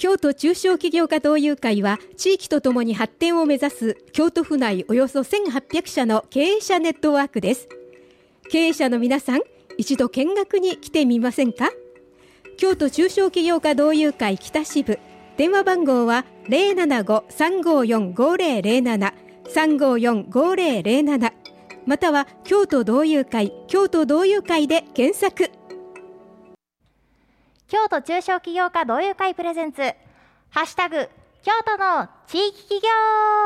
京都中小企業家同友会は地域とともに発展を目指す京都府内およそ1800社の経営者ネットワークです。経営者の皆さん、一度見学に来てみませんか。京都中小企業家同友会北支部、電話番号は 075-354-5007 354-5007、または京都同友会で検索。 京都中小企業家同友会プレゼンツ、ハッシュタグ京都の地域企業。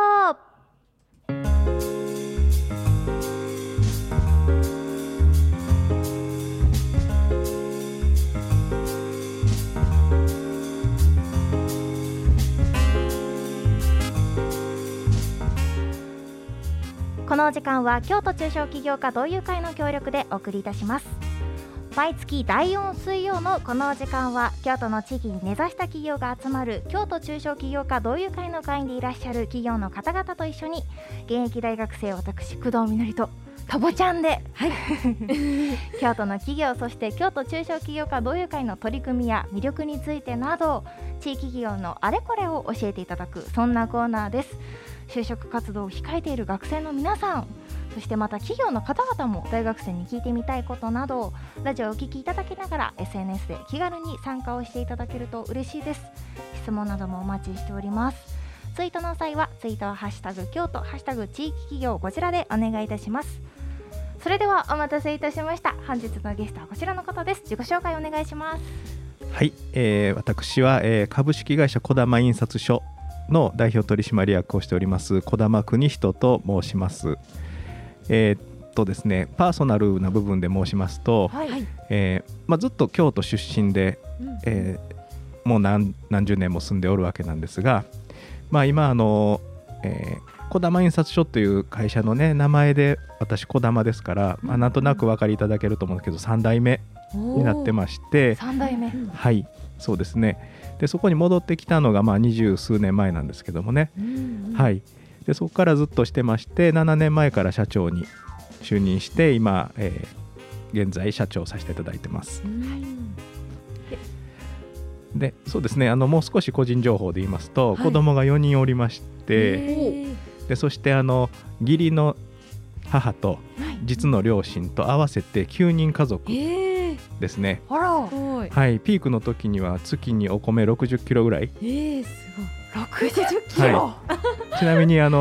このお時間は京都中小企業家同友会の協力でお送りいたします。毎月第4水曜のこのお時間は、京都の地域に根ざした企業が集まる京都中小企業家同友会の会員でいらっしゃる企業の方々と一緒に、現役大学生私工藤みのりとかぼちゃんで、はい、京都の企業、そして京都中小企業家同友会の取り組みや魅力についてなど、地域企業のあれこれを教えていただく、そんなコーナーです。就職活動を控えている学生の皆さん、そしてまた企業の方々も大学生に聞いてみたいことなど、ラジオをお聞きいただきながら SNS で気軽に参加をしていただけると嬉しいです。質問などもお待ちしております。ツイートの際はツイートはハッシュタグ京都、ハッシュタグ地域企業、こちらでお願いいたします。それではお待たせいたしました。本日のゲストはこちらの方です。自己紹介お願いします。 はい、私は、株式会社小玉印刷所の代表取締役をしております小玉邦人と申します。ですね、パーソナルな部分で申しますと、はい、ずっと京都出身で、もう何十年も住んでおるわけなんですが、今小玉印刷所という会社の、ね、名前で私小玉ですから、なんとなくお分かりいただけると思うんですけど、3代目になってまして、 3代目、 はい、そうですね。でそこに戻ってきたのが20数年前なんですけどもね、はい、でそこからずっとしてまして、7年前から社長に就任して、今、現在社長をさせていただいてます。でそうですね、もう少し個人情報で言いますと、子供が4人おりまして、でそして義理の母と実の両親と合わせて9人家族ですね。はい、ピークの時には月にお米60キロぐらい。 すごい、60キロ、 はい、ちなみにはい、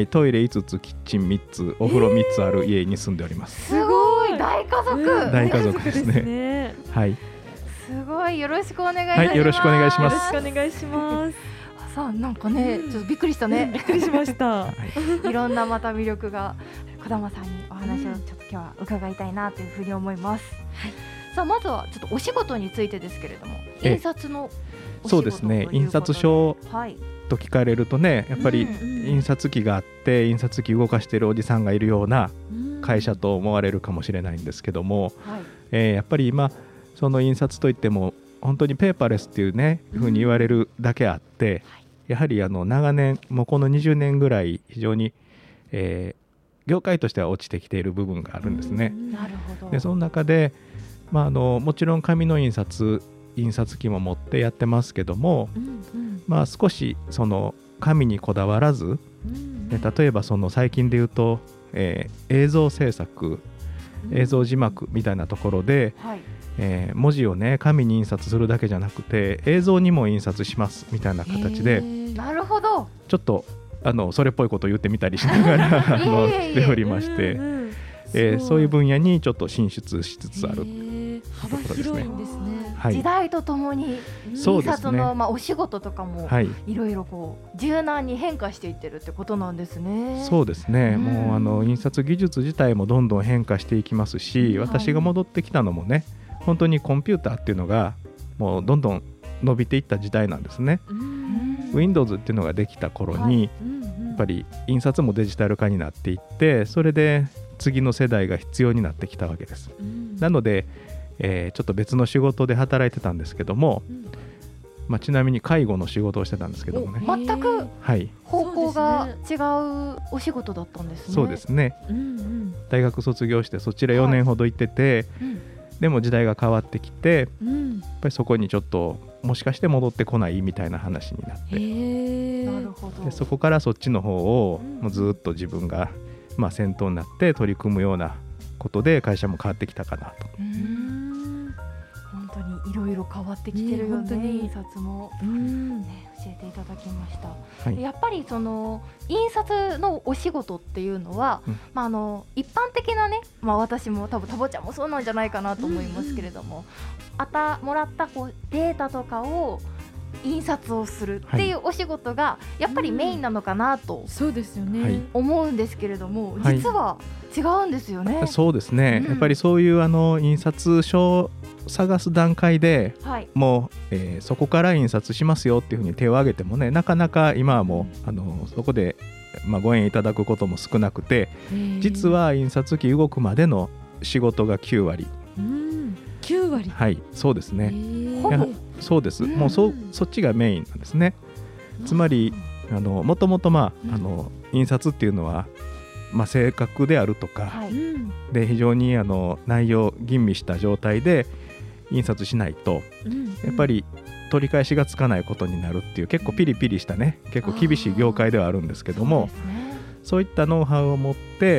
トイレ5つ、キッチン3つ、お風呂3つある家に住んでおります。 すごい大家族、 大家族ですね。はい、 すごい、よろしくお願いいたします。 はい、よろしくお願いします。 よろしくお願いします。 さあ、なんかね、ちょっとびっくりしたね。 びっくりしました。 いろんなまた魅力が、小玉さんにお話をちょっと今日は伺いたいなというふうに思います。はい、さあまずはちょっとお仕事についてですけれども、印刷のお仕事そうですね、印刷所と聞かれるとね、やっぱり印刷機があって印刷機動かしているおじさんがいるような会社と思われるかもしれないんですけども、やっぱり今その印刷といっても本当にペーパーレスっていうね、ふうに言われるだけあって、やはり長年、もうこの20年ぐらい非常に、業界としては落ちてきている部分があるんですね。 なるほど。 でその中で、もちろん紙の印刷機も持ってやってますけども、少しその紙にこだわらず、例えばその最近で言うと、映像制作、映像字幕みたいなところで、文字をね紙に印刷するだけじゃなくて映像にも印刷しますみたいな形で、 なるほど、 ちょっとそれっぽいことを言ってみたりしながらしておりまして、そういう分野にちょっと進出しつつあるところですね。 時代とともに印刷の、お仕事とかもいろいろこう柔軟に変化していってるってことなんですね。 そうですね、もう印刷技術自体もどんどん変化していきますし、私が戻ってきたのもね、本当にコンピューターっていうのがもうどんどん伸びていった時代なんですね。Windows っていうのができた頃に、やっぱり印刷もデジタル化になっていって、それで次の世代が必要になってきたわけです。なので、ちょっと別の仕事で働いてたんですけども、ちなみに介護の仕事をしてたんですけどもね、 全く方向が違うお仕事だったんですね。 そうですね、大学卒業してそちら4年ほど行ってて、でも時代が変わってきて、やっぱりそこにちょっともしかして戻ってこないみたいな話になって、 なるほど。 でそこからそっちの方をもうずっと自分が、先頭になって取り組むようなことで会社も変わってきたかなと。 本当にいろいろ変わってきてるよね、印刷も、教えていただきました、やっぱりその印刷のお仕事っていうのは、一般的なね、私も多分タボちゃんもそうなんじゃないかなと思いますけれども、もらったこうデータとかを印刷をするっていうお仕事がやっぱりメインなのかなとそうですよね、 思うんですけれども、実は違うんですよね。 そうですね、やっぱりそういう印刷書を探す段階で、もう、そこから印刷しますよっていうふうに手を挙げてもね、なかなか今はもうそこで、ご縁いただくことも少なくて、実は印刷機動くまでの仕事が9割。 9割。 はい、そうですね。そうです。もうそっちがメインなんですね。つまりもともと印刷っていうのは、正確であるとか、で非常に内容吟味した状態で印刷しないと、やっぱり取り返しがつかないことになるっていう、結構ピリピリしたね、結構厳しい業界ではあるんですけども、そういったノウハウを持って、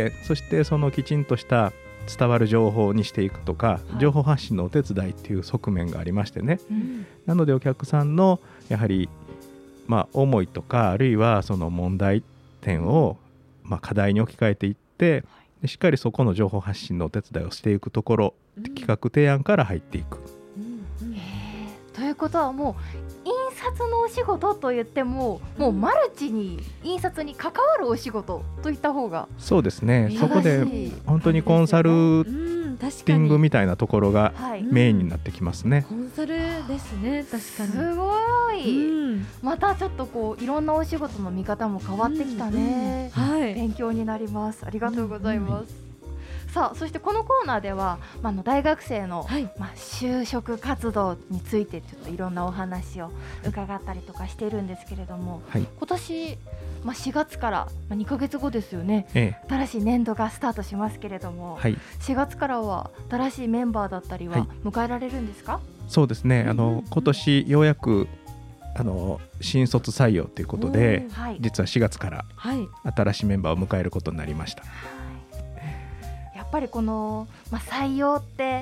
そしてそのきちんとした伝わる情報にしていくとか、情報発信のお手伝いっていう側面がありましてね、なのでお客さんのやはり思いとか、あるいはその問題点を課題に置き換えていって、しっかりそこの情報発信のお手伝いをしていくところ、企画提案から入っていく。 ということは、もう印刷のお仕事といっても、もうマルチに印刷に関わるお仕事といった方が、 そうですね、そこで本当にコンサルティングみたいなところがメインになってきますね。 コンサルですね。確かにすごい、またちょっとこういろんなお仕事の見方も変わってきたね、勉強になります。ありがとうございます。さあ、そしてこのコーナーでは、大学生の、就職活動についてちょっといろんなお話を伺ったりとかしているんですけれども、今年、4月から2ヶ月後ですよね、新しい年度がスタートしますけれども、4月からは新しいメンバーだったりは迎えられるんですか？ そうですね、今年ようやく新卒採用ということで、実は4月から新しいメンバーを迎えることになりました。 やっぱりこの、採用って、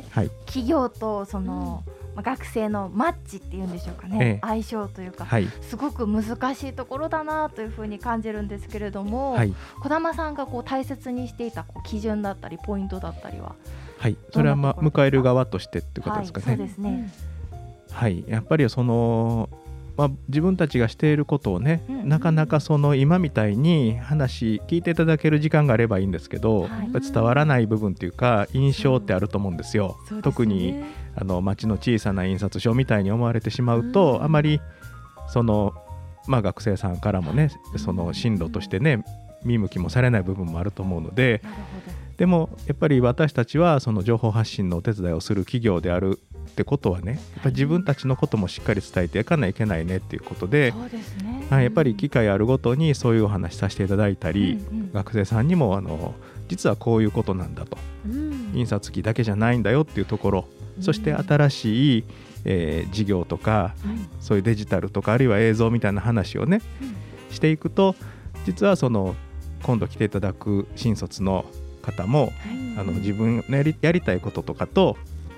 企業とその、学生のマッチっていうんでしょうかね、相性というか、すごく難しいところだなというふうに感じるんですけれども、児玉さんがこう大切にしていた基準だったりポイントだったりは、 それは迎える側としてっていうことですかね。 そうですね。 やっぱりその自分たちがしていることをね、なかなかその今みたいに話聞いていただける時間があればいいんですけど、やっぱり伝わらない部分っていうか印象ってあると思うんですよ。特に町の小さな印刷所みたいに思われてしまうと、あまりその、学生さんからもね、その進路としてね見向きもされない部分もあると思うので、でもやっぱり私たちはその情報発信のお手伝いをする企業であるってことはね、やっぱり自分たちのこともしっかり伝えていかないといけないねっていうことで、やっぱり機会あるごとにそういうお話させていただいたり、学生さんにも実はこういうことなんだと、印刷機だけじゃないんだよっていうところ、そして新しい、事業とか、そういうデジタルとかあるいは映像みたいな話をね、していくと、実はその今度来ていただく新卒の方も、自分のやりたいこととかと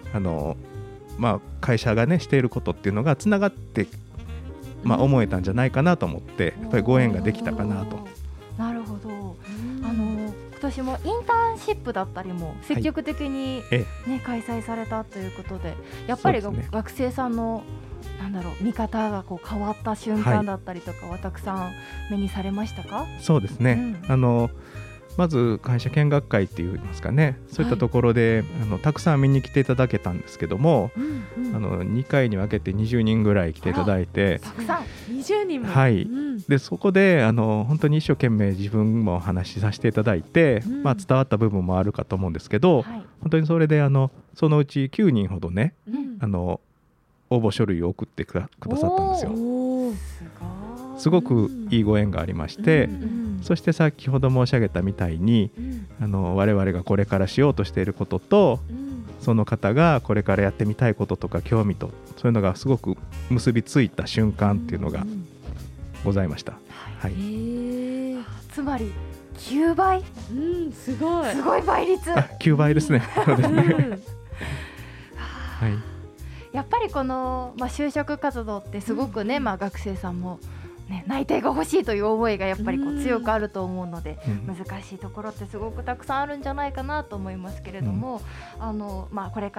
会社がねしていることっていうのがつながって、思えたんじゃないかなと思って、やっぱりご縁ができたかなと。 なるほど。今年もインターンシップだったりも積極的に、開催されたということで、やっぱり、学生さんの見方がこう変わった瞬間だったりとかはたくさん目にされましたか？ そうですね、まず会社見学会っていいますかね、そういったところで、たくさん見に来ていただけたんですけども、2回に分けて20人ぐらい来ていただいて、 たくさん 20人も、 でそこで本当に一生懸命自分も話しさせていただいて、伝わった部分もあるかと思うんですけど、本当にそれでそのうち9人ほどね、応募書類を送ってくださったんですよ。すごくいいご縁がありまして、そして先ほど申し上げたみたいに、我々がこれからしようとしていることと、 その方がこれからやってみたいこととか興味とそういうのがすごく結びついた瞬間っていうのがございました。はい、 つまり9倍、 すごいすごい倍率。 9倍ですね。そうですね。はい、 やっぱりこの、就職活動ってすごくね、学生さんも、内定が欲しいという思いがやっぱりこう強くあると思うので、難しいところってすごくたくさんあるんじゃないかなと思いますけれども、これから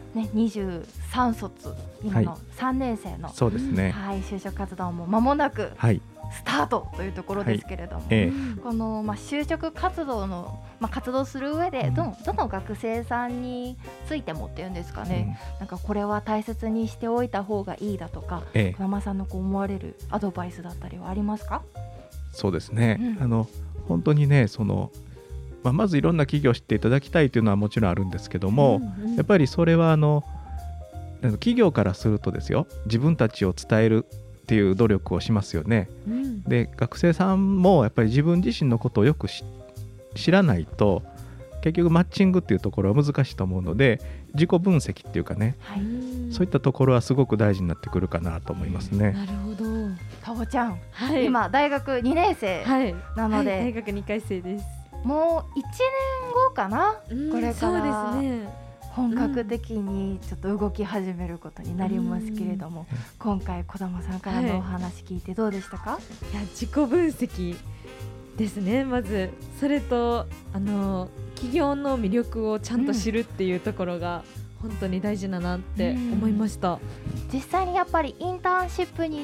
、23卒今の3年生の、 そうですね、 就職活動も間もなくスタートというところですけれども、この、就職活動の、活動する上でどの学生さんについてもっていうんですかね、なんかこれは大切にしておいた方がいいだとか、児玉さんのこう思われるアドバイスだったりはありますか？ そうですね、本当にねまずいろんな企業を知っていただきたいというのはもちろんあるんですけども、やっぱりそれは企業からするとですよ、自分たちを伝えるっていう努力をしますよね。で学生さんもやっぱり自分自身のことをよく知らないと結局マッチングっていうところは難しいと思うので、自己分析っていうかね、そういったところはすごく大事になってくるかなと思いますね。 なるほど。 かほちゃん、今大学2年生なので、 大学2回生です。 もう1年後かな、これからそうですね、 本格的にちょっと動き始めることになりますけれども、今回児玉さんからのお話聞いてどうでしたか？ いや、自己分析ですね。まずそれと企業の魅力をちゃんと知るっていうところが本当に大事だなって思いました。 実際にやっぱりインターンシップに行って、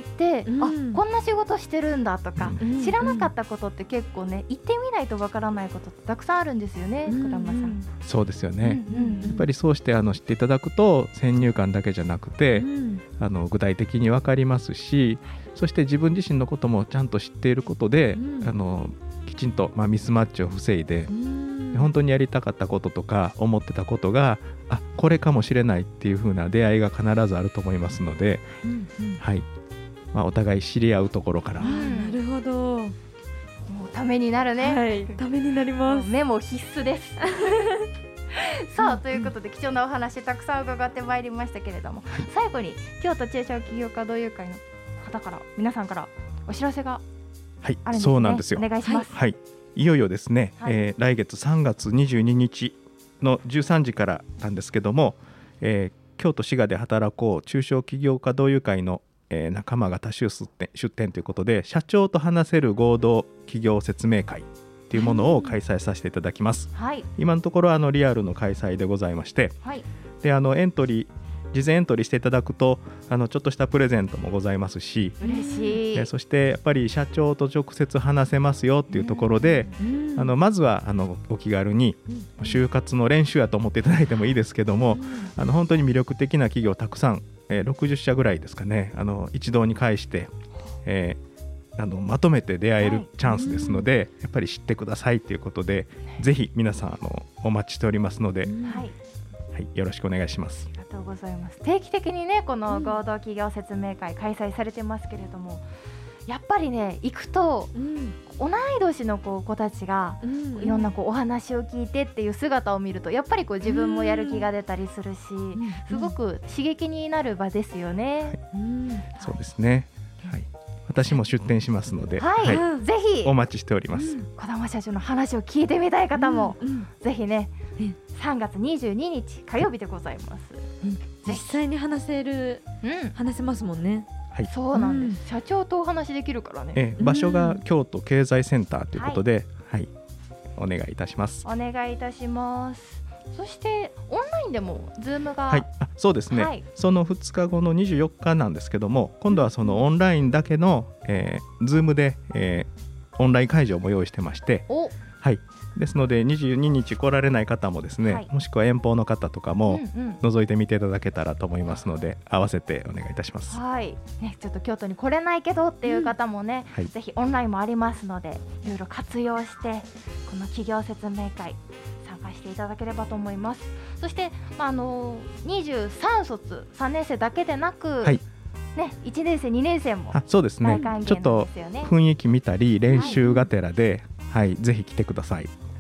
こんな仕事してるんだとか、知らなかったことって結構ね、行ってみないとわからないことってたくさんあるんですよね、児玉さん。 そうですよね、やっぱりそうして知っていただくと先入観だけじゃなくて、具体的に分かりますし、そして自分自身のこともちゃんと知っていることで、きちんと、ミスマッチを防いで、本当にやりたかったこととか思ってたことがこれかもしれないっていう風な出会いが必ずあると思いますので、お互い知り合うところから。 なるほど。もうためになるね。 ためになります。 メモ必須です。さあ、ということで貴重なお話たくさん伺ってまいりましたけれども、最後に京都中小企業家同友会の方から、皆さんからお知らせがあるんですね。 そうなんですよ。 お願いします。 いよいよですね、来月3月22日の13時からなんですけども、京都滋賀で働こう中小企業家同友会の、仲間が多数出展ということで、社長と話せる合同企業説明会というものを開催させていただきます。今のところリアルの開催でございまして、で事前エントリーしていただくとちょっとしたプレゼントもございますし、 嬉しい。 そしてやっぱり社長と直接話せますよっていうところで、まずはお気軽に就活の練習やと思っていただいてもいいですけども、本当に魅力的な企業たくさん、60社ぐらいですかね、一堂に会して、まとめて出会えるチャンスですので、やっぱり知ってくださいということで、ぜひ皆さんお待ちしておりますので、よろしくお願いします。 ありがとうございます。定期的にね、この合同企業説明会開催されてますけれども、やっぱりね、行くと、同い年の子たちがいろんなお話を聞いてっていう姿を見ると、やっぱり自分もやる気が出たりするし、すごく刺激になる場ですよね。 そうですね、私も出展しますので、ぜひお待ちしております。 児玉社長の話を聞いてみたい方も、ぜひね、3月22日火曜日でございます。 実際に話せますもんね。 そうなんです。社長とお話できるからね。 場所が京都経済センターということで、お願いいたします。 お願いいたします。そしてオンラインでもズームが、 そうですね、その2日後の24日なんですけども、今度はそのオンラインだけの、ズームで、オンライン会場も用意してまして、ですので22日来られない方もですね、もしくは遠方の方とかも覗いてみていただけたらと思いますので、合わせてお願いいたします。 ちょっと京都に来れないけどっていう方もね、ぜひオンラインもありますので、いろいろ活用してこの企業説明会参加していただければと思います。そして、23卒3年生だけでなく、1年生2年生もそうですね、ちょっと雰囲気見たり練習がてらで、ぜひ来てください。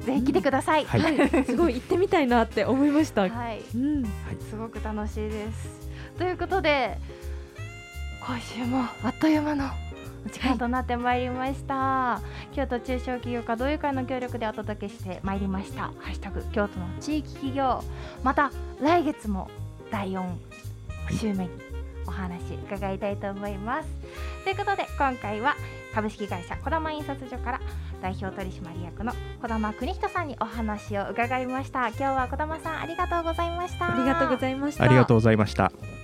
ぜひ来てください。 はいすごい行ってみたいなって思いました。 はい、 うん、 すごく楽しいです。ということで今週もあっという間のお時間となってまいりました、京都中小企業家同友会の協力でお届けしてまいりましたハッシュタグ京都の地域企業、また来月も第4週目にお話伺いたいと思います。ということで今回は株式会社児玉印刷所から代表取締役の児玉邦人さんにお話を伺いました。今日は児玉さんありがとうございました。 ありがとうございました。 ありがとうございました。